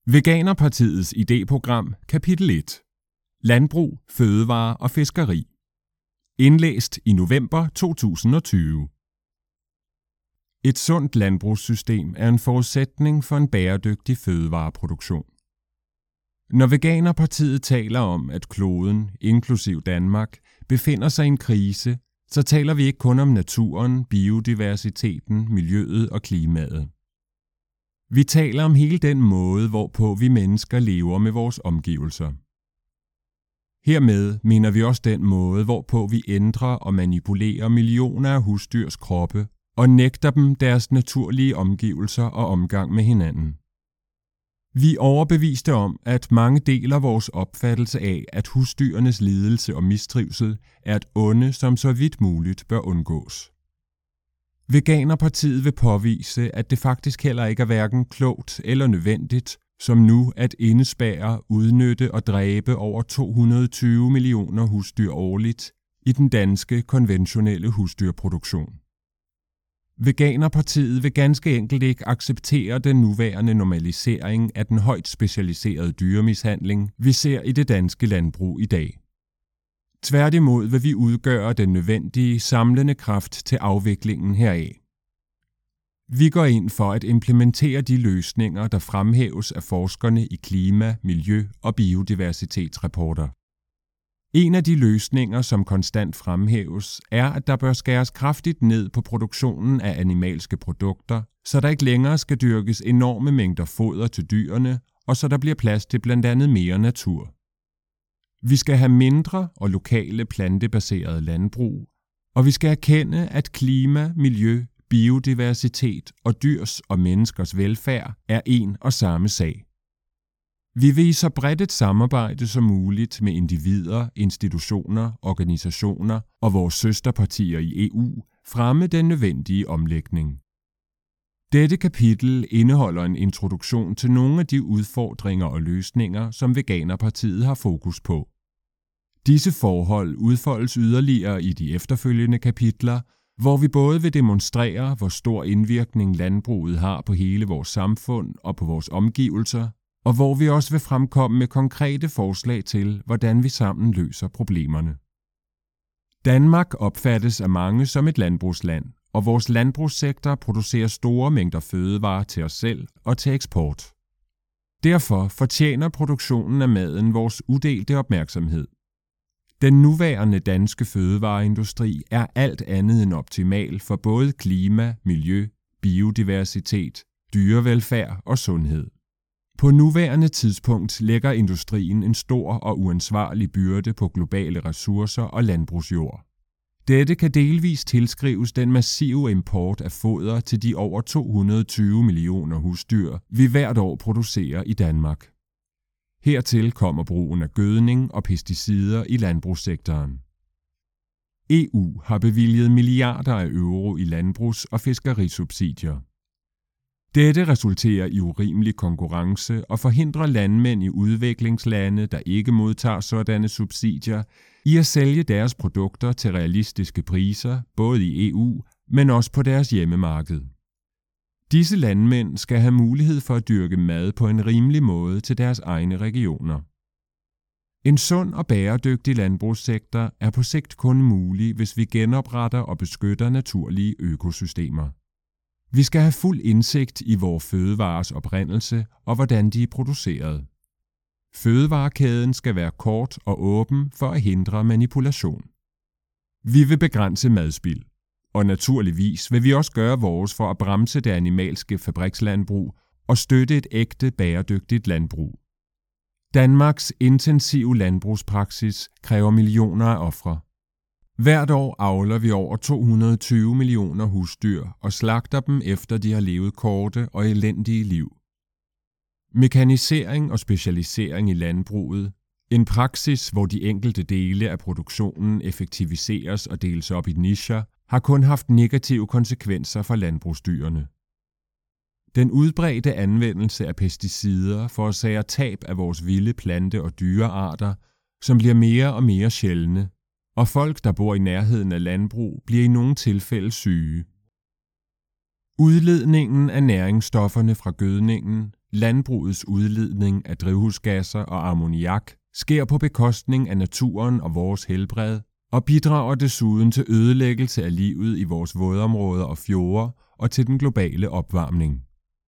Veganerpartiets idéprogram, kapitel 1. Landbrug, fødevare og fiskeri. Indlæst i november 2020. Et sundt landbrugssystem er en forudsætning for en bæredygtig fødevareproduktion. Når Veganerpartiet taler om, at kloden, inklusiv Danmark, befinder sig i en krise, så taler vi ikke kun om naturen, biodiversiteten, miljøet og klimaet. Vi taler om hele den måde, hvorpå vi mennesker lever med vores omgivelser. Hermed mener vi også den måde, hvorpå vi ændrer og manipulerer millioner af husdyrs kroppe og nægter dem deres naturlige omgivelser og omgang med hinanden. Vi er overbeviste om, at mange deler vores opfattelse af, at husdyrenes lidelse og mistrivsel er et onde, som så vidt muligt bør undgås. Veganerpartiet vil påvise, at det faktisk heller ikke er hverken klogt eller nødvendigt, som nu at indespærre, udnytte og dræbe over 220 millioner husdyr årligt i den danske konventionelle husdyrproduktion. Veganerpartiet vil ganske enkelt ikke acceptere den nuværende normalisering af den højt specialiserede dyremishandling, vi ser i det danske landbrug i dag. Tværtimod vil vi udgøre den nødvendige samlende kraft til afviklingen heraf. Vi går ind for at implementere de løsninger, der fremhæves af forskerne i klima-, miljø- og biodiversitetsrapporter. En af de løsninger, som konstant fremhæves, er, at der bør skæres kraftigt ned på produktionen af animalske produkter, så der ikke længere skal dyrkes enorme mængder foder til dyrene, og så der bliver plads til blandt andet mere natur. Vi skal have mindre og lokale plantebaserede landbrug, og vi skal erkende, at klima, miljø, biodiversitet og dyrs og menneskers velfærd er en og samme sag. Vi vil i så bredt et samarbejde som muligt med individer, institutioner, organisationer og vores søsterpartier i EU fremme den nødvendige omlægning. Dette kapitel indeholder en introduktion til nogle af de udfordringer og løsninger, som Veganerpartiet har fokus på. Disse forhold udfoldes yderligere i de efterfølgende kapitler, hvor vi både vil demonstrere, hvor stor indvirkning landbruget har på hele vores samfund og på vores omgivelser, og hvor vi også vil fremkomme med konkrete forslag til, hvordan vi sammen løser problemerne. Danmark opfattes af mange som et landbrugsland, og vores landbrugssektor producerer store mængder fødevarer til os selv og til eksport. Derfor fortjener produktionen af maden vores udelte opmærksomhed. Den nuværende danske fødevareindustri er alt andet end optimal for både klima, miljø, biodiversitet, dyrevelfærd og sundhed. På nuværende tidspunkt lægger industrien en stor og uansvarlig byrde på globale ressourcer og landbrugsjord. Dette kan delvis tilskrives den massive import af foder til de over 220 millioner husdyr, vi hvert år producerer i Danmark. Hertil kommer brugen af gødning og pesticider i landbrugssektoren. EU har bevilget milliarder af euro i landbrugs- og fiskerisubsidier. Dette resulterer i urimelig konkurrence og forhindrer landmænd i udviklingslande, der ikke modtager sådanne subsidier, i at sælge deres produkter til realistiske priser, både i EU, men også på deres hjemmemarked. Disse landmænd skal have mulighed for at dyrke mad på en rimelig måde til deres egne regioner. En sund og bæredygtig landbrugssektor er på sigt kun mulig, hvis vi genopretter og beskytter naturlige økosystemer. Vi skal have fuld indsigt i vores fødevares oprindelse og hvordan de er produceret. Fødevarekæden skal være kort og åben for at hindre manipulation. Vi vil begrænse madspild, og naturligvis vil vi også gøre vores for at bremse det animalske fabrikslandbrug og støtte et ægte bæredygtigt landbrug. Danmarks intensive landbrugspraksis kræver millioner af ofre. Hvert år avler vi over 220 millioner husdyr og slagter dem efter de har levet korte og elendige liv. Mekanisering og specialisering i landbruget, en praksis, hvor de enkelte dele af produktionen effektiviseres og deles op i nicher, har kun haft negative konsekvenser for landbrugsdyrene. Den udbredte anvendelse af pesticider forårsager tab af vores vilde plante- og dyrearter, som bliver mere og mere sjældne, og folk, der bor i nærheden af landbrug, bliver i nogle tilfælde syge. Udledningen af næringsstofferne fra gødningen, landbrugets udledning af drivhusgasser og ammoniak sker på bekostning af naturen og vores helbred, og bidrager desuden til ødelæggelse af livet i vores vådområder og fjorde og til den globale opvarmning.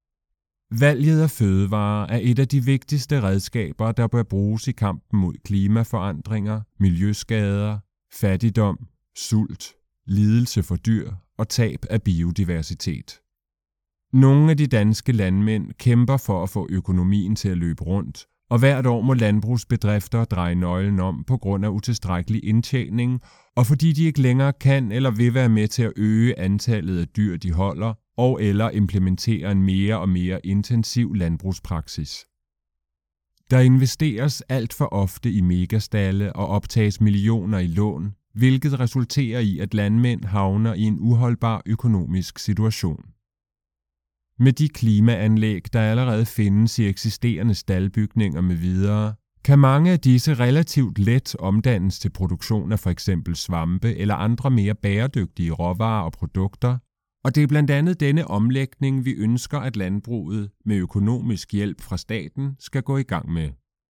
Valget af fødevarer er et af de vigtigste redskaber, der bør bruges i kampen mod klimaforandringer, miljøskader, fattigdom, sult, lidelse for dyr og tab af biodiversitet. Nogle af de danske landmænd kæmper for at få økonomien til at løbe rundt, og hvert år må landbrugsbedrifter dreje nøglen om på grund af utilstrækkelig indtjening, og fordi de ikke længere kan eller vil være med til at øge antallet af dyr, de holder, og eller implementere en mere og mere intensiv landbrugspraksis. Der investeres alt for ofte i megastalle og optages millioner i lån, hvilket resulterer i, at landmænd havner i en uholdbar økonomisk situation. Med de klimaanlæg, der allerede findes i eksisterende staldbygninger m.v., kan mange af disse relativt let omdannes til produktion af f.eks. svampe eller andre mere bæredygtige råvarer og produkter, og det er blandt andet denne omlægning, vi ønsker, at landbruget med økonomisk hjælp fra staten skal gå i gang med.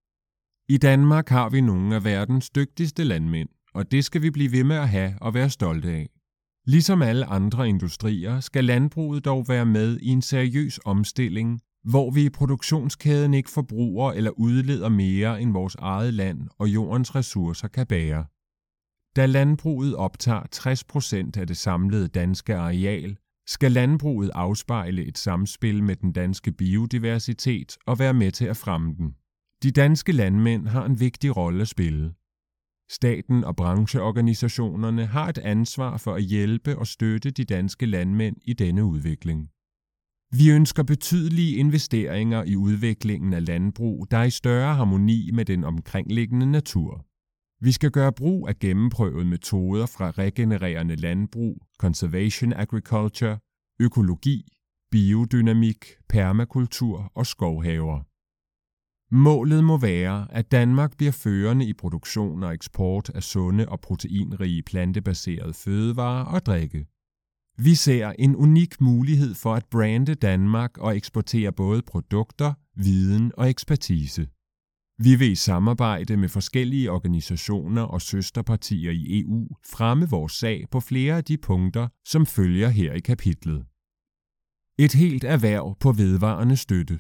I Danmark har vi nogle af verdens dygtigste landmænd, og det skal vi blive ved med at have og være stolte af. Ligesom alle andre industrier skal landbruget dog være med i en seriøs omstilling, hvor vi i produktionskæden ikke forbruger eller udleder mere end vores eget land og jordens ressourcer kan bære. Da landbruget optager 60% af det samlede danske areal, skal landbruget afspejle et samspil med den danske biodiversitet og være med til at fremme den. De danske landmænd har en vigtig rolle at spille. Staten og brancheorganisationerne har et ansvar for at hjælpe og støtte de danske landmænd i denne udvikling. Vi ønsker betydelige investeringer i udviklingen af landbrug, der er i større harmoni med den omkringliggende natur. Vi skal gøre brug af gennemprøvede metoder fra regenererende landbrug, conservation agriculture, økologi, biodynamik, permakultur og skovhaver. Målet må være, at Danmark bliver førende i produktion og eksport af sunde og proteinrige plantebaserede fødevarer og drikke. Vi ser en unik mulighed for at brande Danmark og eksportere både produkter, viden og ekspertise. Vi vil i samarbejde med forskellige organisationer og søsterpartier i EU fremme vores sag på flere af de punkter, som følger her i kapitlet. Et helt erhverv på vedvarende støtte.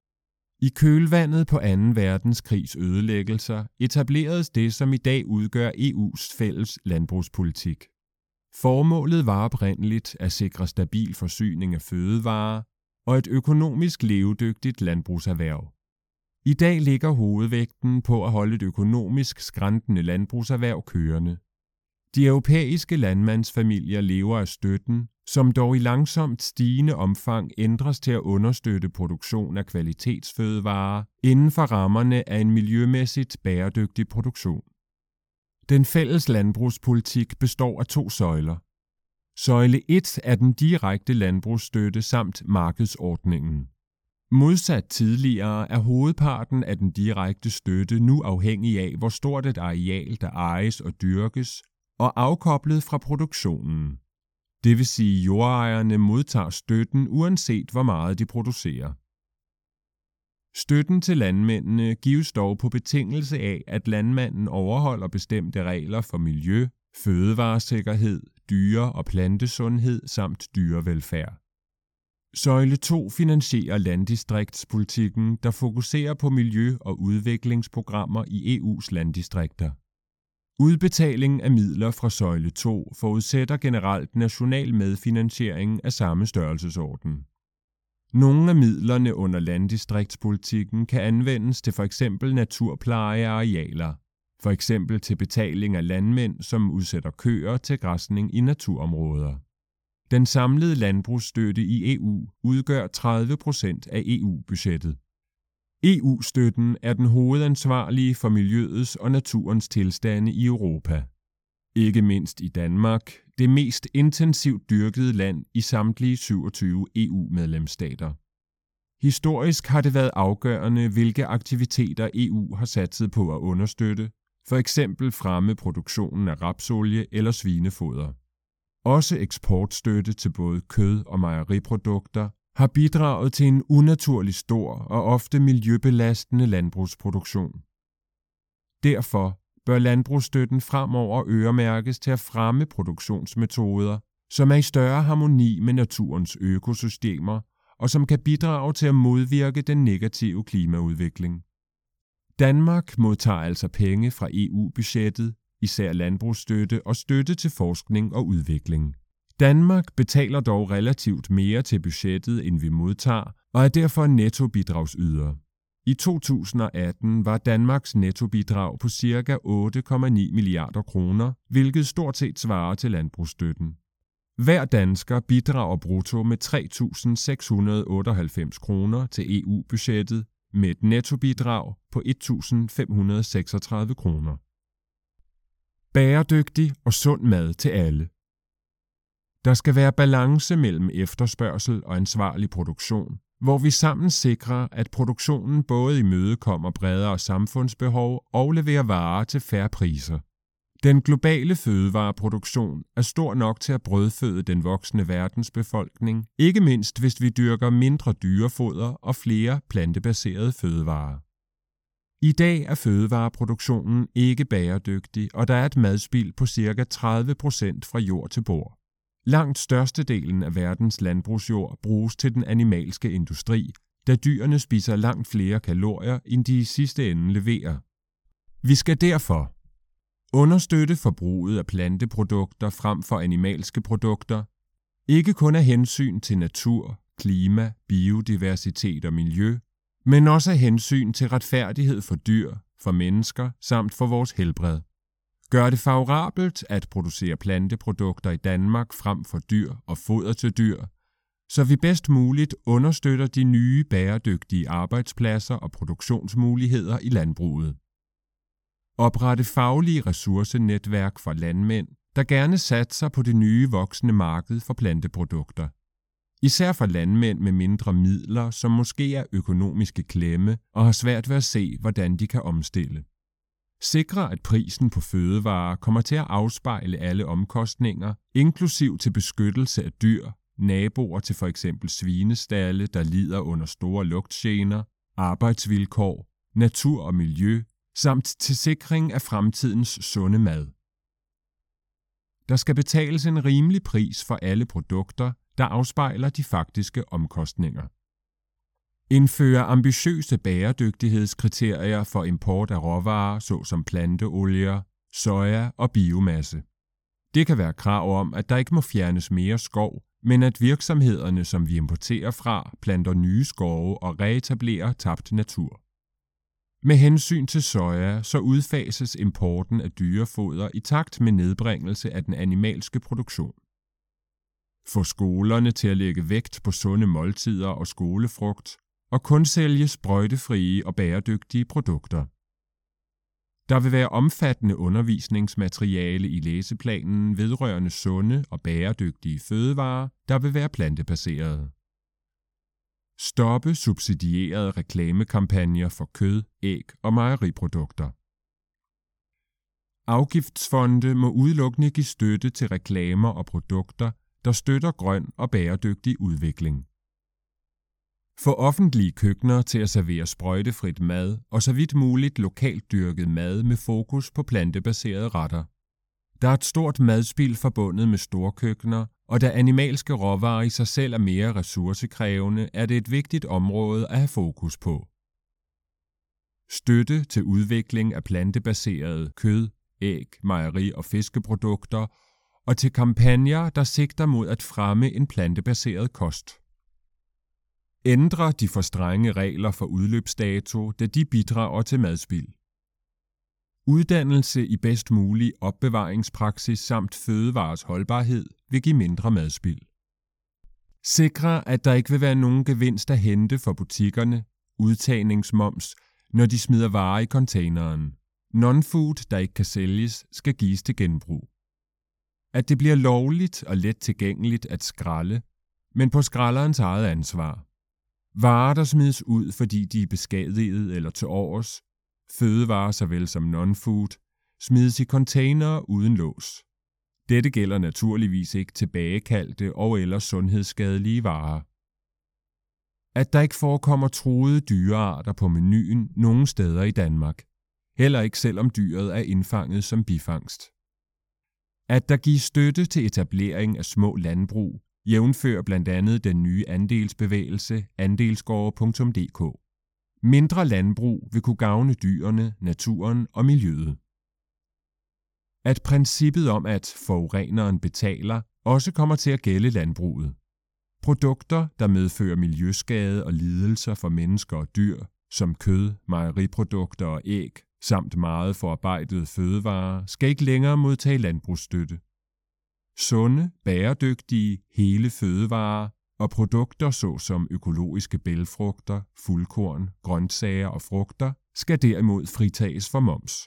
I kølvandet på 2. verdenskrigs ødelæggelser etableredes det, som i dag udgør EU's fælles landbrugspolitik. Formålet var oprindeligt at sikre stabil forsyning af fødevarer og et økonomisk levedygtigt landbrugserhverv. I dag ligger hovedvægten på at holde et økonomisk skrantende landbrugserhverv kørende. De europæiske landmandsfamilier lever af støtten, som dog i langsomt stigende omfang ændres til at understøtte produktion af kvalitetsfødevarer inden for rammerne af en miljømæssigt bæredygtig produktion. Den fælles landbrugspolitik består af 2 søjler. Søjle 1 er den direkte landbrugsstøtte samt markedsordningen. Modsat tidligere er hovedparten af den direkte støtte nu afhængig af, hvor stort et areal der ejes og dyrkes, og afkoblet fra produktionen. Det vil sige, at jordejerne modtager støtten uanset hvor meget de producerer. Støtten til landmændene gives dog på betingelse af, at landmanden overholder bestemte regler for miljø, fødevaresikkerhed, dyre- og plantesundhed samt dyrevelfærd. Søjle 2 finansierer landdistriktspolitikken, der fokuserer på miljø- og udviklingsprogrammer i EU's landdistrikter. Udbetaling af midler fra søjle 2 forudsætter generelt national medfinansiering af samme størrelsesorden. Nogle af midlerne under landdistriktspolitikken kan anvendes til f.eks. naturpleje af arealer, f.eks. til betaling af landmænd, som udsætter køer til græsning i naturområder. Den samlede landbrugsstøtte i EU udgør 30% af EU-budgettet. EU-støtten er den hovedansvarlige for miljøets og naturens tilstande i Europa. Ikke mindst i Danmark, det mest intensivt dyrkede land i samtlige 27 EU-medlemsstater. Historisk har det været afgørende, hvilke aktiviteter EU har satset på at understøtte, f.eks. fremme produktionen af rapsolie eller svinefoder. Også eksportstøtte til både kød- og mejeriprodukter, har bidraget til en unaturlig stor og ofte miljøbelastende landbrugsproduktion. Derfor bør landbrugsstøtten fremover øremærkes til at fremme produktionsmetoder, som er i større harmoni med naturens økosystemer og som kan bidrage til at modvirke den negative klimaudvikling. Danmark modtager altså penge fra EU-budgettet, især landbrugsstøtte og støtte til forskning og udvikling. Danmark betaler dog relativt mere til budgettet, end vi modtager, og er derfor nettobidragsyder. I 2018 var Danmarks nettobidrag på ca. 8,9 milliarder kroner, hvilket stort set svarer til landbrugsstøtten. Hver dansker bidrager brutto med 3.698 kroner til EU-budgettet, med et nettobidrag på 1.536 kroner. Bæredygtig og sund mad til alle. Der skal være balance mellem efterspørgsel og ansvarlig produktion, hvor vi sammen sikrer, at produktionen både imødekommer bredere samfundsbehov og leverer varer til fair priser. Den globale fødevareproduktion er stor nok til at brødføde den voksne verdensbefolkning, ikke mindst hvis vi dyrker mindre dyrefoder og flere plantebaserede fødevarer. I dag er fødevareproduktionen ikke bæredygtig, og der er et madspild på ca. 30% fra jord til bord. Langt størstedelen af verdens landbrugsjord bruges til den animalske industri, da dyrene spiser langt flere kalorier, end de i sidste ende leverer. Vi skal derfor understøtte forbruget af planteprodukter frem for animalske produkter, ikke kun af hensyn til natur, klima, biodiversitet og miljø, men også af hensyn til retfærdighed for dyr, for mennesker samt for vores helbred. Gør det favorabelt at producere planteprodukter i Danmark frem for dyr og foder til dyr, så vi bedst muligt understøtter de nye bæredygtige arbejdspladser og produktionsmuligheder i landbruget. Oprette faglige ressourcenetværk for landmænd, der gerne satser på det nye voksende marked for planteprodukter. Især for landmænd med mindre midler, som måske er økonomiske klemme og har svært ved at se, hvordan de kan omstille. Sikre, at prisen på fødevarer kommer til at afspejle alle omkostninger, inklusiv til beskyttelse af dyr, naboer til f.eks. svinestalde, der lider under store lugtgener, arbejdsvilkår, natur og miljø, samt til sikring af fremtidens sunde mad. Der skal betales en rimelig pris for alle produkter, der afspejler de faktiske omkostninger. Indføre ambitiøse bæredygtighedskriterier for import af råvarer, såsom planteolier, soja og biomasse. Det kan være krav om, at der ikke må fjernes mere skov, men at virksomhederne, som vi importerer fra, planter nye skove og reetablerer tabt natur. Med hensyn til soja, så udfases importen af dyrefoder i takt med nedbringelse af den animalske produktion. Få skolerne til at lægge vægt på sunde måltider og skolefrugt, og kun sælge sprøjtefrie og bæredygtige produkter. Der vil være omfattende undervisningsmateriale i læseplanen vedrørende sunde og bæredygtige fødevarer, der vil være plantebaserede. Stoppe subsidierede reklamekampagner for kød, æg og mejeriprodukter. Afgiftsfonde må udelukkende give støtte til reklamer og produkter, der støtter grøn og bæredygtig udvikling. Få offentlige køkkener til at servere sprøjtefrit mad og så vidt muligt lokalt dyrket mad med fokus på plantebaserede retter. Der er et stort madspild forbundet med storkøkkener, og da animalske råvarer i sig selv er mere ressourcekrævende, er det et vigtigt område at have fokus på. Støtte til udvikling af plantebaserede kød, æg, mejeri- og fiskeprodukter, og til kampagner, der sigter mod at fremme en plantebaseret kost. Ændre de for strenge regler for udløbsdato, da de bidrager til madspild. Uddannelse i bedst mulig opbevaringspraksis samt fødevarers holdbarhed vil give mindre madspild. Sikre, at der ikke vil være nogen gevinst at hente for butikkerne, udtagningsmoms, når de smider varer i containeren. Non-food, der ikke kan sælges, skal gives til genbrug. At det bliver lovligt og let tilgængeligt at skralde, men på skralderens eget ansvar. Varer, der smides ud, fordi de er beskadiget eller til overs, fødevarer såvel som non-food, smides i containere uden lås. Dette gælder naturligvis ikke tilbagekaldte og eller sundhedsskadelige varer. At der ikke forekommer truede dyrearter på menuen nogen steder i Danmark. Heller ikke selvom dyret er indfanget som bifangst. At der gives støtte til etablering af små landbrug, jævnfør blandt andet den nye andelsbevægelse andelsgårde.dk. Mindre landbrug vil kunne gavne dyrene, naturen og miljøet. At princippet om, at forureneren betaler, også kommer til at gælde landbruget. Produkter, der medfører miljøskade og lidelser for mennesker og dyr, som kød, mejeriprodukter og æg, samt meget forarbejdede fødevarer, skal ikke længere modtage landbrugsstøtte. Sunde, bæredygtige, hele fødevarer og produkter såsom økologiske bælgfrugter, fuldkorn, grøntsager og frugter skal derimod fritages for moms.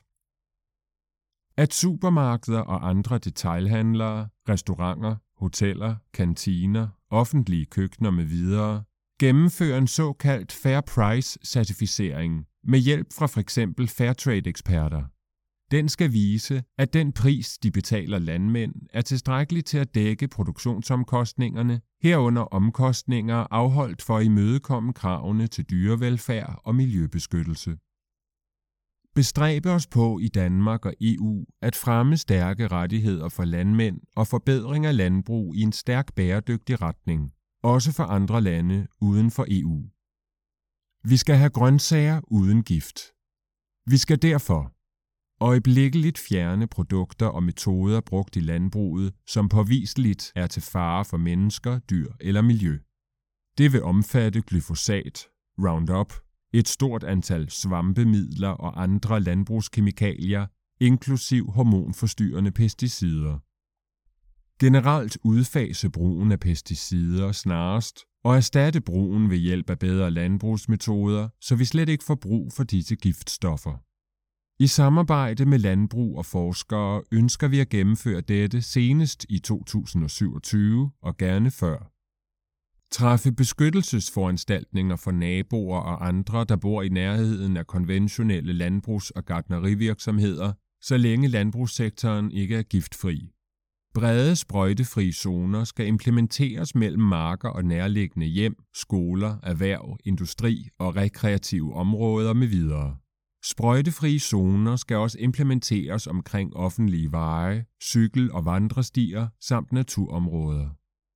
At supermarkeder og andre detailhandlere, restauranter, hoteller, kantiner, offentlige køkkener m.v. gennemfører en såkaldt Fair Price-certificering med hjælp fra f.eks. Fairtrade-eksperter. Den skal vise, at den pris, de betaler landmænd, er tilstrækkelig til at dække produktionsomkostningerne, herunder omkostninger afholdt for at imødekomme kravene til dyrevelfærd og miljøbeskyttelse. Bestræbe os på i Danmark og EU at fremme stærke rettigheder for landmænd og forbedring af landbrug i en stærk bæredygtig retning, også for andre lande uden for EU. Vi skal have grøntsager uden gift. Vi skal derfor øjeblikkeligt fjerne produkter og metoder brugt i landbruget, som påviseligt er til fare for mennesker, dyr eller miljø. Det vil omfatte glyfosat, Roundup, et stort antal svampemidler og andre landbrugskemikalier, inklusiv hormonforstyrrende pesticider. Generelt udfase brugen af pesticider snarest og erstatte brugen ved hjælp af bedre landbrugsmetoder, så vi slet ikke får brug for disse giftstoffer. I samarbejde med landbrug og forskere ønsker vi at gennemføre dette senest i 2027 og gerne før. Træffe beskyttelsesforanstaltninger for naboer og andre, der bor i nærheden af konventionelle landbrugs- og gartnerivirksomheder, så længe landbrugssektoren ikke er giftfri. Brede sprøjtefrie zoner skal implementeres mellem marker og nærliggende hjem, skoler, erhverv, industri og rekreative områder m.v. Sprøjtefrie zoner skal også implementeres omkring offentlige veje, cykel- og vandrestier samt naturområder.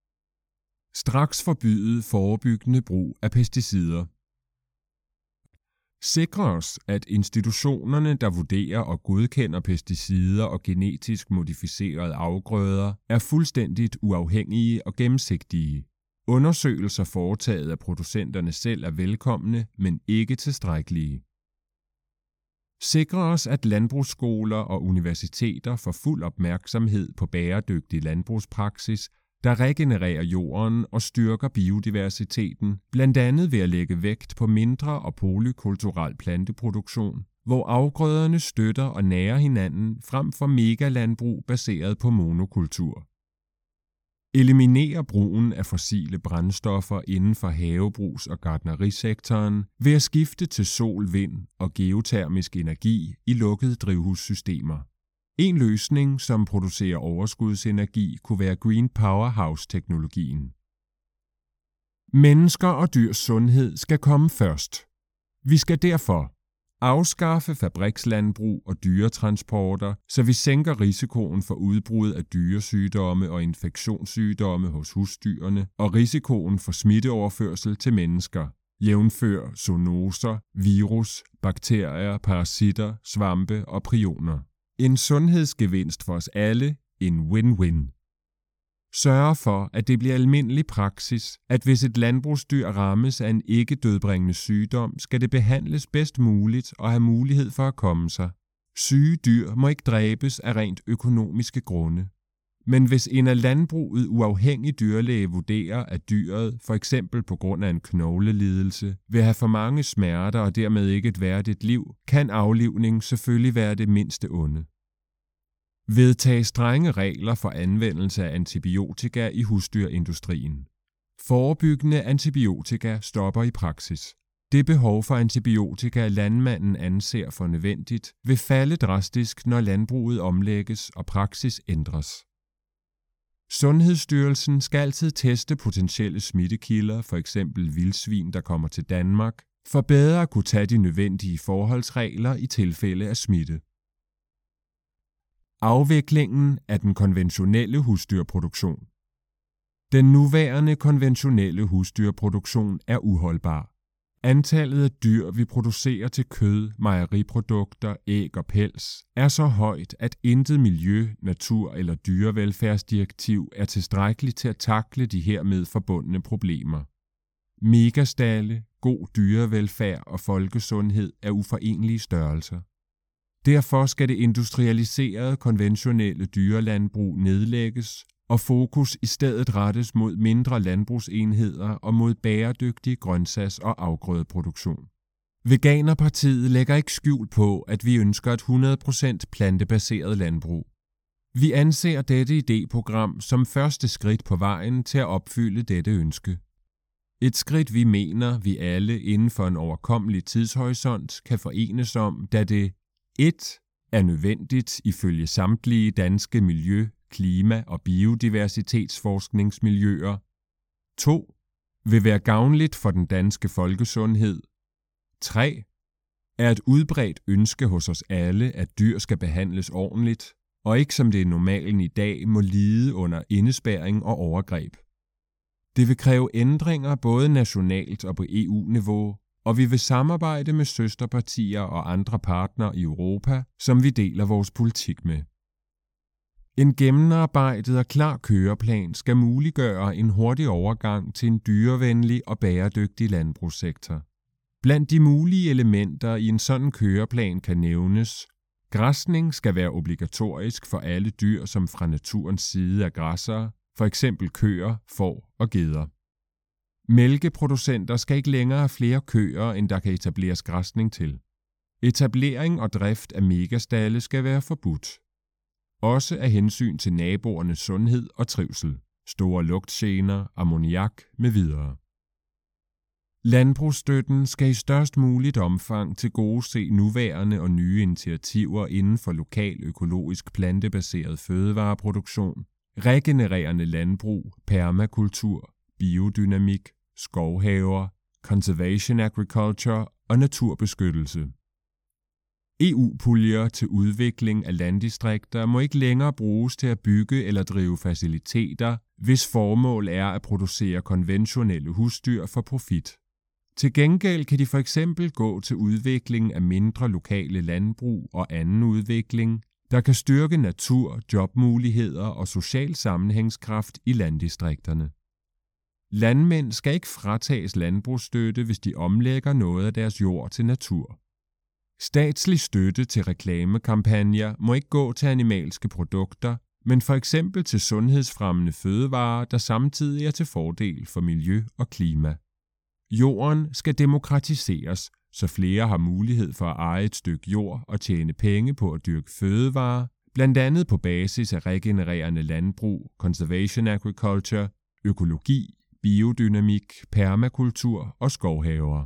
Straks forbyde forebyggende brug af pesticider. Sikre os, at institutionerne, der vurderer og godkender pesticider og genetisk modificerede afgrøder, er fuldstændigt uafhængige og gennemsigtige. Undersøgelser foretaget af producenterne selv er velkomne, men ikke tilstrækkelige. Sikre os, at landbrugsskoler og universiteter får fuld opmærksomhed på bæredygtig landbrugspraksis, der regenererer jorden og styrker biodiversiteten, blandt andet ved at lægge vægt på mindre og polykulturel planteproduktion, hvor afgrøderne støtter og nærer hinanden frem for megalandbrug baseret på monokultur. Eliminere brugen af fossile brændstoffer inden for havebrugs- og gartnerisektoren ved at skifte til sol, vind og geotermisk energi i lukkede drivhussystemer. En løsning, som producerer overskudsenergi, kunne være Green Powerhouse-teknologien. Mennesker og dyrs sundhed skal komme først. Vi skal derfor afskaffe fabrikslandbrug og dyretransporter, så vi sænker risikoen for udbrud af dyresygdomme og infektionssygdomme hos husdyrene og risikoen for smitteoverførsel til mennesker, jævnfør zoonoser, virus, bakterier, parasitter, svampe og prioner. En sundhedsgevinst for os alle, en win-win. Sørge for, at det bliver almindelig praksis, at hvis et landbrugsdyr rammes af en ikke dødbringende sygdom, skal det behandles bedst muligt og have mulighed for at komme sig. Syge dyr må ikke dræbes af rent økonomiske grunde. Men hvis en af landbruget uafhængig dyrlæge vurderer, at dyret, for eksempel på grund af en knoglelidelse, vil have for mange smerter og dermed ikke et værdigt liv, kan aflivning selvfølgelig være det mindste onde. Vedtage strenge regler for anvendelse af antibiotika i husdyrindustrien. Forebyggende antibiotika stopper i praksis. Det behov for antibiotika, landmanden anser for nødvendigt, vil falde drastisk, når landbruget omlægges og praksis ændres. Sundhedsstyrelsen skal altid teste potentielle smittekilder, f.eks. vildsvin, der kommer til Danmark, for bedre at kunne tage de nødvendige forholdsregler i tilfælde af smitte. Afviklingen af den konventionelle husdyrproduktion. Den nuværende konventionelle husdyrproduktion er uholdbar. Antallet af dyr, vi producerer til kød, mejeriprodukter, æg og pels, er så højt, at intet miljø-, natur- eller dyrevelfærdsdirektiv er tilstrækkeligt til at takle de hermed forbundne problemer. Megastalde, god dyrevelfærd og folkesundhed er uforenelige størrelser. Derfor skal det industrialiserede konventionelle dyrelandbrug nedlægges, og fokus i stedet rettes mod mindre landbrugsenheder og mod bæredygtig grøntsags- og afgrødeproduktion. Veganerpartiet lægger ikke skjul på, at vi ønsker et 100% plantebaseret landbrug. Vi anser dette idéprogram som første skridt på vejen til at opfylde dette ønske. Et skridt vi mener, vi alle inden for en overkommelig tidshorisont kan forenes om, da det 1. er nødvendigt ifølge samtlige danske miljø-, klima- og biodiversitetsforskningsmiljøer. 2. vil være gavnligt for den danske folkesundhed. 3. er et udbredt ønske hos os alle, at dyr skal behandles ordentligt, og ikke som det er normalen i dag må lide under indespærring og overgreb. Det vil kræve ændringer både nationalt og på EU-niveau, og vi vil samarbejde med søsterpartier og andre partnere i Europa, som vi deler vores politik med. En gennemarbejdet og klar køreplan skal muliggøre en hurtig overgang til en dyrevenlig og bæredygtig landbrugssektor. Blandt de mulige elementer i en sådan køreplan kan nævnes: græsning skal være obligatorisk for alle dyr, som fra naturens side er græssere, f.eks. køer, får og geder. Mælkeproducenter skal ikke længere have flere køer, end der kan etableres græsning til. Etablering og drift af megastalde skal være forbudt. Også af hensyn til naboernes sundhed og trivsel, store lugtgener, ammoniak med. Landbrugsstøtten skal i størst muligt omfang tilgodese nuværende og nye initiativer inden for lokal økologisk plantebaseret fødevareproduktion, regenererende landbrug, permakultur, biodynamik, skovhaver, conservation agriculture og naturbeskyttelse. EU-puljer til udvikling af landdistrikter må ikke længere bruges til at bygge eller drive faciliteter, hvis formål er at producere konventionelle husdyr for profit. Til gengæld kan de for eksempel gå til udvikling af mindre lokale landbrug og anden udvikling, der kan styrke natur, jobmuligheder og social sammenhængskraft i landdistrikterne. Landmænd skal ikke fratages landbrugsstøtte, hvis de omlægger noget af deres jord til natur. Statslig støtte til reklamekampagner må ikke gå til animalske produkter, men for eksempel til sundhedsfremmende fødevarer, der samtidig er til fordel for miljø og klima. Jorden skal demokratiseres, så flere har mulighed for at eje et stykke jord og tjene penge på at dyrke fødevarer, blandt andet på basis af regenererende landbrug, conservation agriculture, økologi, biodynamik, permakultur og skovhaver.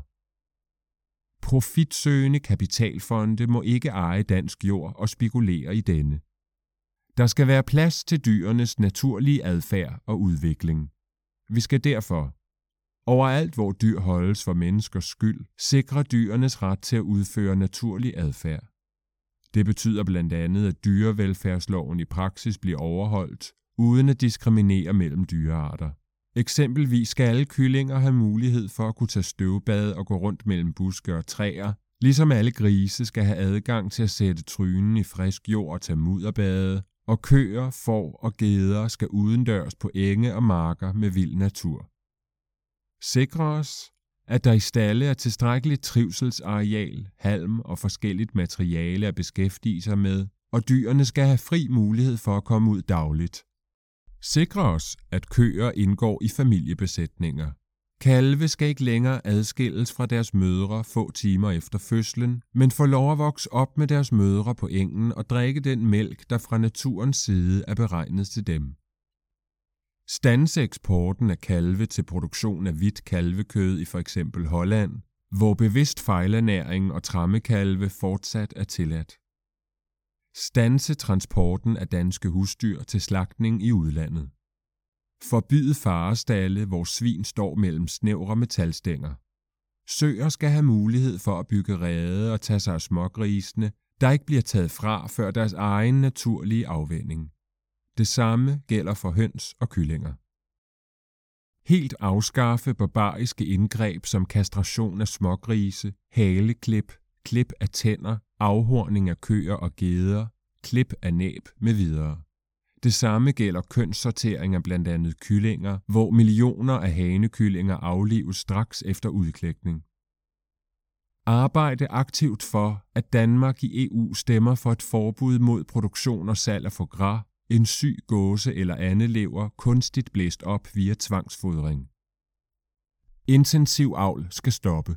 Profitsøgende kapitalfonde må ikke eje dansk jord og spekulere i denne. Der skal være plads til dyrenes naturlige adfærd og udvikling. Vi skal derfor, overalt hvor dyr holdes for menneskers skyld, sikre dyrenes ret til at udføre naturlig adfærd. Det betyder blandt andet, at dyrevelfærdsloven i praksis bliver overholdt, uden at diskriminere mellem dyrearter. Eksempelvis skal alle kyllinger have mulighed for at kunne tage støvbad og gå rundt mellem buske og træer, ligesom alle grise skal have adgang til at sætte trynen i frisk jord og tage mudderbade, og køer, får og geder skal udendørs på enge og marker med vild natur. Sikre os, at der i stalde er tilstrækkeligt trivselsareal, halm og forskelligt materiale at beskæftige sig med, og dyrene skal have fri mulighed for at komme ud dagligt. Sikre os, at køer indgår i familiebesætninger. Kalve skal ikke længere adskilles fra deres mødre få timer efter fødslen, men få lov at vokse op med deres mødre på engen og drikke den mælk, der fra naturens side er beregnet til dem. Standse eksporten af kalve til produktion af hvidt kalvekød i f.eks. Holland, hvor bevidst fejlernæring og trammekalve fortsat er tilladt. Standse transporten af danske husdyr til slagtning i udlandet. Forbyd farestalle, hvor svin står mellem snævre metalstænger. Søer skal have mulighed for at bygge rede og tage sig af smågrisene, der ikke bliver taget fra før deres egen naturlige afvænning. Det samme gælder for høns og kyllinger. Helt afskaffe barbariske indgreb som kastration af smågrise, haleklip, klip af tænder, afhorning af køer og geder, klip af næb med videre. Det samme gælder kønssortering af blandt andet kyllinger, hvor millioner af hanekyllinger aflives straks efter udklækning. Arbejde aktivt for, at Danmark i EU stemmer for et forbud mod produktion og salg af foie gras, en syg gåse eller andelever kunstigt blæst op via tvangsfodring. Intensiv avl skal stoppe.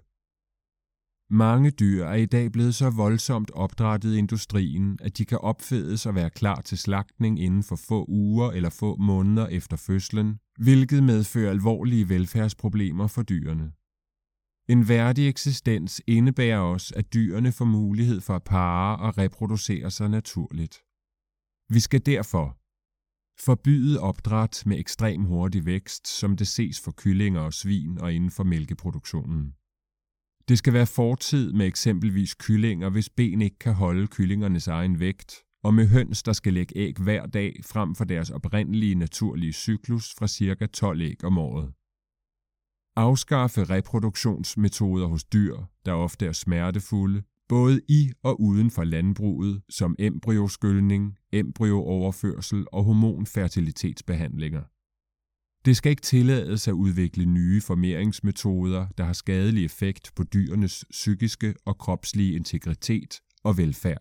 Mange dyr er i dag blevet så voldsomt opdrættet i industrien, at de kan opfedes og være klar til slagtning inden for få uger eller få måneder efter fødslen, hvilket medfører alvorlige velfærdsproblemer for dyrene. En værdig eksistens indebærer også, at dyrene får mulighed for at parre og reproducere sig naturligt. Vi skal derfor forbyde opdræt med ekstrem hurtig vækst, som det ses for kyllinger og svin og inden for mælkeproduktionen. Det skal være fortid med eksempelvis kyllinger, hvis ben ikke kan holde kyllingernes egen vægt, og med høns, der skal lægge æg hver dag frem for deres oprindelige naturlige cyklus fra ca. 12 æg om året. Afskaffe reproduktionsmetoder hos dyr, der ofte er smertefulde, både i og uden for landbruget, som embryoskyldning, embryooverførsel og hormonfertilitetsbehandlinger. Det skal ikke tillades at udvikle nye formeringsmetoder, der har skadelig effekt på dyrenes psykiske og kropslige integritet og velfærd.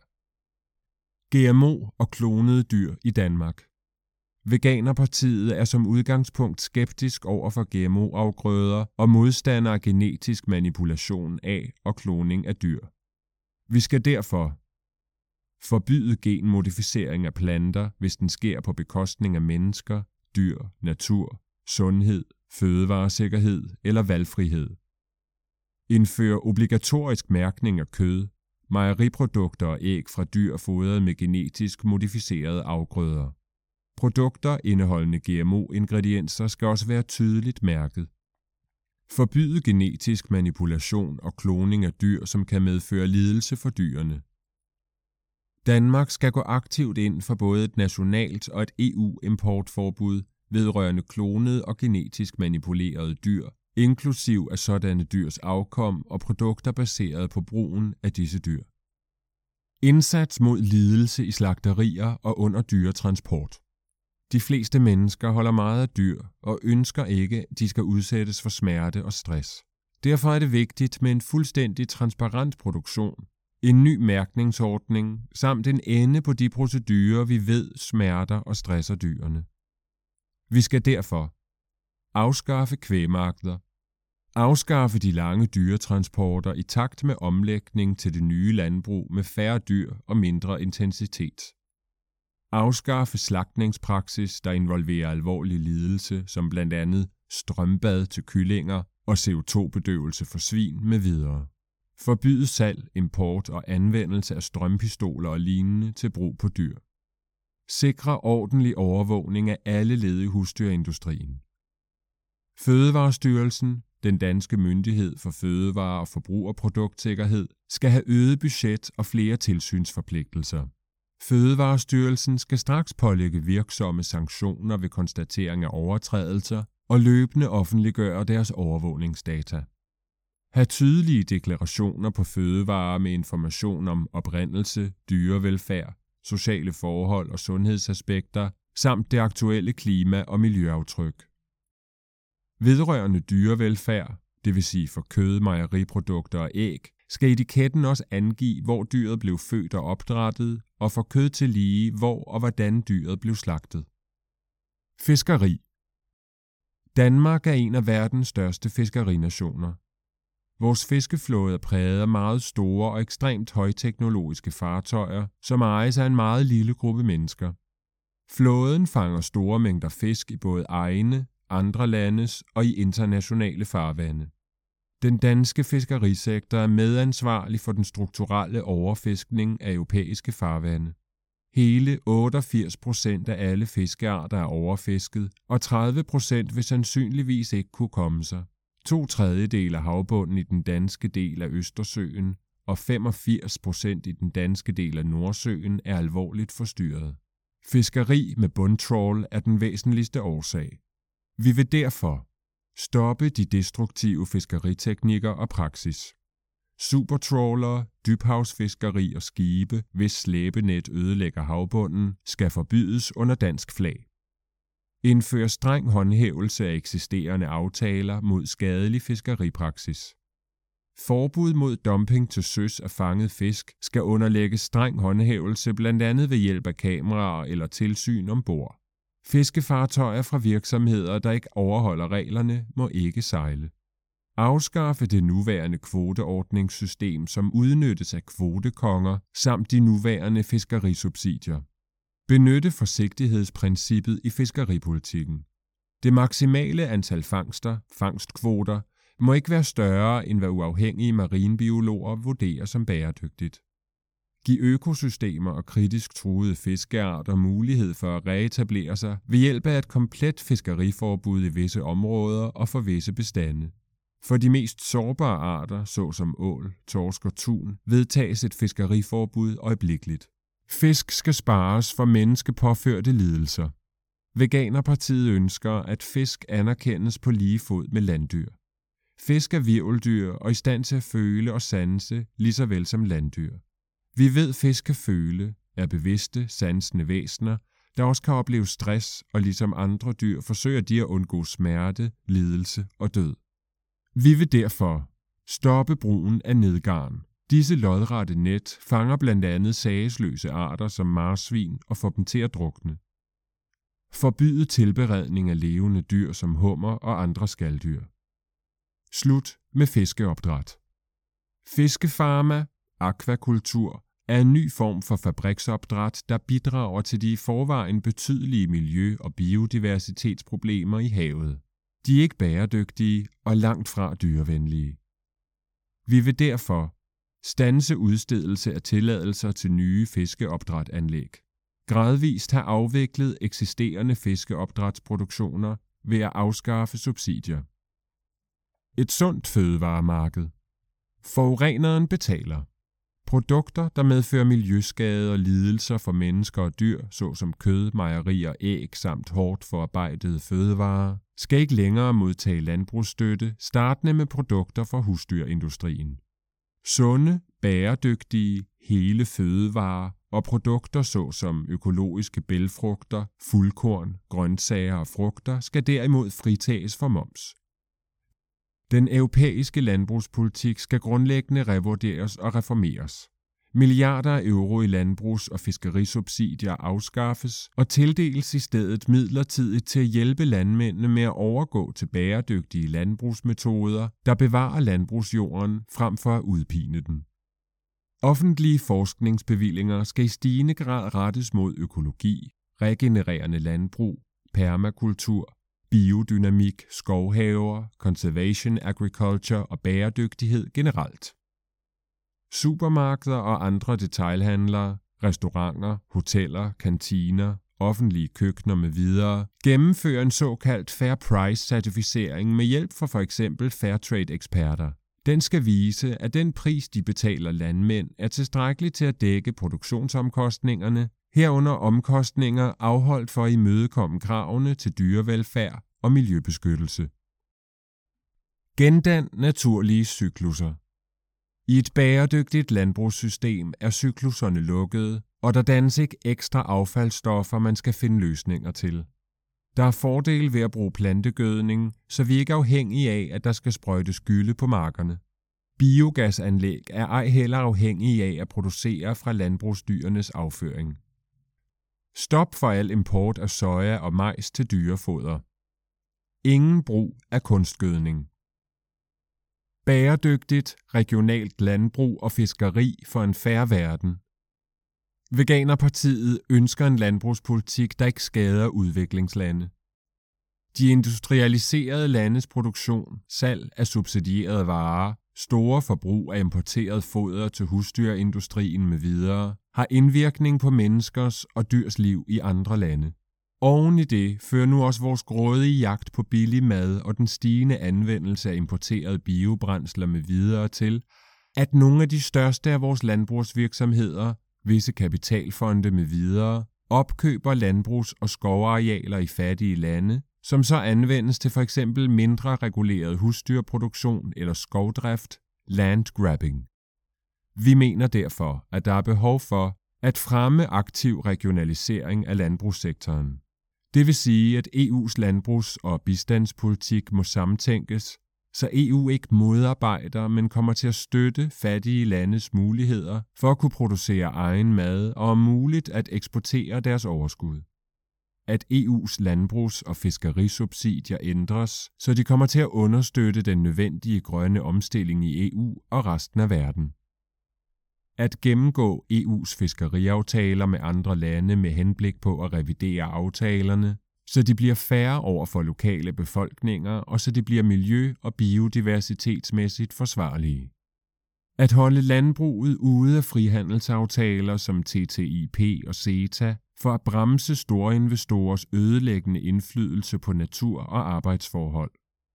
GMO og klonede dyr i Danmark. Veganerpartiet er som udgangspunkt skeptisk over for GMO-afgrøder og modstander af genetisk manipulation af og kloning af dyr. Vi skal derfor forbyde genmodificering af planter, hvis den sker på bekostning af mennesker, dyr, natur, sundhed, fødevaresikkerhed eller valgfrihed. Indføre obligatorisk mærkning af kød, mejeriprodukter og æg fra dyr fodret med genetisk modificerede afgrøder. Produkter indeholdende GMO-ingredienser skal også være tydeligt mærket. Forbyde genetisk manipulation og kloning af dyr, som kan medføre lidelse for dyrene. Danmark skal gå aktivt ind for både et nationalt og et EU-importforbud vedrørende klonede og genetisk manipulerede dyr, inklusiv af sådanne dyrs afkom og produkter baseret på brugen af disse dyr. Indsats mod lidelse i slagterier og under dyretransport. De fleste mennesker holder meget af dyr og ønsker ikke, at de skal udsættes for smerte og stress. Derfor er det vigtigt med en fuldstændig transparent produktion, en ny mærkningsordning samt en ende på de procedurer, vi ved smerter og stresser dyrene. Vi skal derfor afskaffe kvægmarkeder, afskaffe de lange dyretransporter i takt med omlægning til det nye landbrug med færre dyr og mindre intensitet. Afskaffe slagtningspraksis, der involverer alvorlig lidelse, som blandt andet strømbad til kyllinger og CO2-bedøvelse for svin med videre. Forbyde salg, import og anvendelse af strømpistoler og lignende til brug på dyr. Sikre ordentlig overvågning af alle led i husdyrindustrien. Fødevarestyrelsen, den danske myndighed for fødevare- og forbrugerproduktsikkerhed, skal have øget budget og flere tilsynsforpligtelser. Fødevarestyrelsen skal straks pålægge virksomme sanktioner ved konstatering af overtrædelser og løbende offentliggøre deres overvågningsdata. Ha' tydelige deklarationer på fødevarer med information om oprindelse, dyrevelfærd, sociale forhold og sundhedsaspekter, samt det aktuelle klima- og miljøaftryk. Vedrørende dyrevelfærd, det vil sige for kød, mejeriprodukter og æg, skal etiketten også angive, hvor dyret blev født og opdrættet, og for kød til lige, hvor og hvordan dyret blev slagtet. Fiskeri. Danmark er en af verdens største fiskerinationer. Vores fiskeflåde er præget af meget store og ekstremt højteknologiske fartøjer, som ejes af en meget lille gruppe mennesker. Flåden fanger store mængder fisk i både egne, andre landes og i internationale farvande. Den danske fiskerisektor er medansvarlig for den strukturelle overfiskning af europæiske farvande. Hele 88% af alle fiskearter er overfisket, og 30% vil sandsynligvis ikke kunne komme sig. 2/3 af havbunden i den danske del af Østersøen og 85% i den danske del af Nordsøen er alvorligt forstyrret. Fiskeri med bundtrawl er den væsentligste årsag. Vi vil derfor stoppe de destruktive fiskeriteknikker og praksis. Supertrawlere, dybhavsfiskeri og skibe, hvis slæbenet ødelægger havbunden, skal forbydes under dansk flag. Indfør streng håndhævelse af eksisterende aftaler mod skadelig fiskeripraksis. Forbud mod dumping til søs af fanget fisk skal underlægges streng håndhævelse blandt andet ved hjælp af kameraer eller tilsyn ombord. Fiskefartøjer fra virksomheder, der ikke overholder reglerne, må ikke sejle. Afskaffe det nuværende kvoteordningssystem, som udnyttes af kvotekonger, samt de nuværende fiskerisubsidier. Benytte forsigtighedsprincippet i fiskeripolitikken. Det maksimale antal fangster, fangstkvoter, må ikke være større, end hvad uafhængige marinebiologer vurderer som bæredygtigt. Giv økosystemer og kritisk truede fiskearter mulighed for at reetablere sig ved hjælp af et komplet fiskeriforbud i visse områder og for visse bestande. For de mest sårbare arter, såsom ål, torsk og tun, vedtages et fiskeriforbud øjeblikkeligt. Fisk skal spares for menneskepåførte lidelser. Veganerpartiet ønsker, at fisk anerkendes på lige fod med landdyr. Fisk er hvirveldyr og i stand til at føle og sanse, lige så vel som landdyr. Vi ved, fisk kan føle, er bevidste, sansende væsener, der også kan opleve stress, og ligesom andre dyr forsøger de at undgå smerte, lidelse og død. Vi vil derfor stoppe brugen af nedgarn. Disse lodrette net fanger blandt andet sagesløse arter som marsvin og får dem til at drukne. Forbyde tilberedning af levende dyr som hummer og andre skaldyr. Slut med fiskeopdræt. Fiskefarma, akvakultur, er en ny form for fabriksopdræt, der bidrager til de i forvejen betydelige miljø- og biodiversitetsproblemer i havet. De er ikke bæredygtige og langt fra dyrevenlige. Vi vil derfor standse udstedelse af tilladelser til nye fiskeopdrætanlæg. Gradvist have afviklet eksisterende fiskeopdrætsproduktioner ved at afskaffe subsidier. Et sundt fødevaremarked. Forureneren betaler. Produkter, der medfører miljøskade og lidelser for mennesker og dyr, såsom kød, mejerier, æg samt hårdt forarbejdede fødevarer, skal ikke længere modtage landbrugsstøtte, startende med produkter fra husdyrindustrien. Sunde, bæredygtige, hele fødevarer og produkter såsom økologiske bælgfrugter, fuldkorn, grøntsager og frugter skal derimod fritages for moms. Den europæiske landbrugspolitik skal grundlæggende revurderes og reformeres. Milliarder af euro i landbrugs- og fiskerisubsidier afskaffes og tildeles i stedet midlertidigt til at hjælpe landmændene med at overgå til bæredygtige landbrugsmetoder, der bevarer landbrugsjorden frem for at udpine den. Offentlige forskningsbevillinger skal i stigende grad rettes mod økologi, regenererende landbrug, permakultur, biodynamik, skovhaver, conservation agriculture og bæredygtighed generelt. Supermarkeder og andre detailhandlere, restauranter, hoteller, kantiner, offentlige køkkener m.v. gennemfører en såkaldt Fair Price-certificering med hjælp fra f.eks. Fairtrade-eksperter. Den skal vise, at den pris, de betaler landmænd, er tilstrækkelig til at dække produktionsomkostningerne, herunder omkostninger afholdt for at imødekomme kravene til dyrevelfærd og miljøbeskyttelse. Gendan naturlige cyklusser. I et bæredygtigt landbrugssystem er cyklusserne lukkede, og der dannes ikke ekstra affaldsstoffer, man skal finde løsninger til. Der er fordele ved at bruge plantegødning, så vi ikke er afhængige af, at der skal sprøjtes gylde på markerne. Biogasanlæg er ej heller afhængige af at producere fra landbrugsdyrenes afføring. Stop for al import af soja og majs til dyrefoder. Ingen brug af kunstgødning. Bæredygtigt, regionalt landbrug og fiskeri for en fair verden. Veganerpartiet ønsker en landbrugspolitik, der ikke skader udviklingslande. De industrialiserede landes produktion, salg af subsidierede varer, store forbrug af importeret foder til husdyrindustrien m.v. har indvirkning på menneskers og dyrs liv i andre lande. Oven i det fører nu også vores grådige jagt på billig mad og den stigende anvendelse af importerede biobrændsler med videre til, at nogle af de største af vores landbrugsvirksomheder, visse kapitalfonde med videre, opkøber landbrugs- og skovarealer i fattige lande, som så anvendes til f.eks. mindre reguleret husdyrproduktion eller skovdrift, landgrabbing. Vi mener derfor, at der er behov for at fremme aktiv regionalisering af landbrugssektoren. Det vil sige, at EU's landbrugs- og bistandspolitik må samtænkes, så EU ikke modarbejder, men kommer til at støtte fattige landes muligheder for at kunne producere egen mad og om muligt at eksportere deres overskud. At EU's landbrugs- og fiskerisubsidier ændres, så de kommer til at understøtte den nødvendige grønne omstilling i EU og resten af verden. At gennemgå EU's fiskeriaftaler med andre lande med henblik på at revidere aftalerne, så de bliver fair over for lokale befolkninger og så de bliver miljø- og biodiversitetsmæssigt forsvarlige. At holde landbruget ude af frihandelsaftaler som TTIP og CETA for at bremse store investorers ødelæggende indflydelse på natur og arbejdsforhold.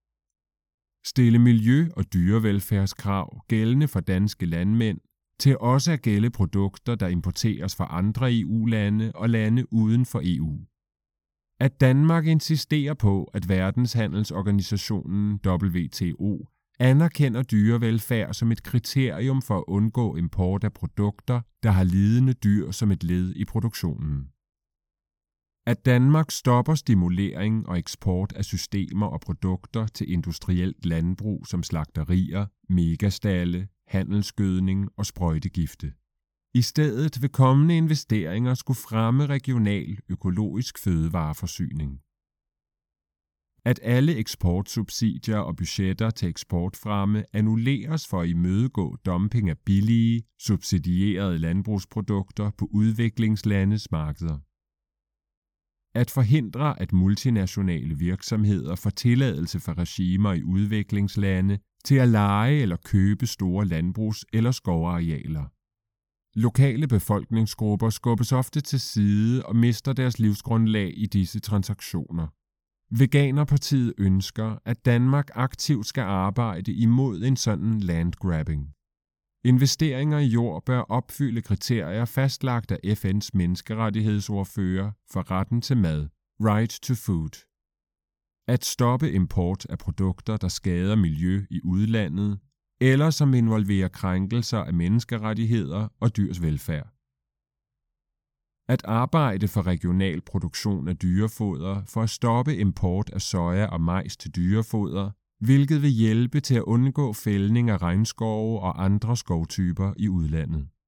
Stille miljø- og dyrevelfærdskrav gældende for danske landmænd til også at gælde produkter, der importeres fra andre EU-lande og lande uden for EU. At Danmark insisterer på, at Verdenshandelsorganisationen WTO anerkender dyrevelfærd som et kriterium for at undgå import af produkter, der har lidende dyr som et led i produktionen. At Danmark stopper stimulering og eksport af systemer og produkter til industrielt landbrug som slagterier, megastalle, handelsgødning og sprøjtegifte. I stedet vil kommende investeringer skulle fremme regional økologisk fødevareforsyning. At alle eksportsubsidier og budgetter til eksportfremme annulleres for at imødegå dumping af billige, subsidierede landbrugsprodukter på udviklingslandes markeder. At forhindre, at multinationale virksomheder får tilladelse fra regimer i udviklingslande til at leje eller købe store landbrugs- eller skovarealer. Lokale befolkningsgrupper skubbes ofte til side og mister deres livsgrundlag i disse transaktioner. Veganerpartiet ønsker, at Danmark aktivt skal arbejde imod en sådan landgrabbing. Investeringer i jord bør opfylde kriterier fastlagt af FN's menneskerettighedsordfører for retten til mad, right to food. At stoppe import af produkter, der skader miljø i udlandet, eller som involverer krænkelser af menneskerettigheder og dyrs velfærd. At arbejde for regional produktion af dyrefoder for at stoppe import af soja og majs til dyrefoder, hvilket vil hjælpe til at undgå fældning af regnskove og andre skovtyper i udlandet.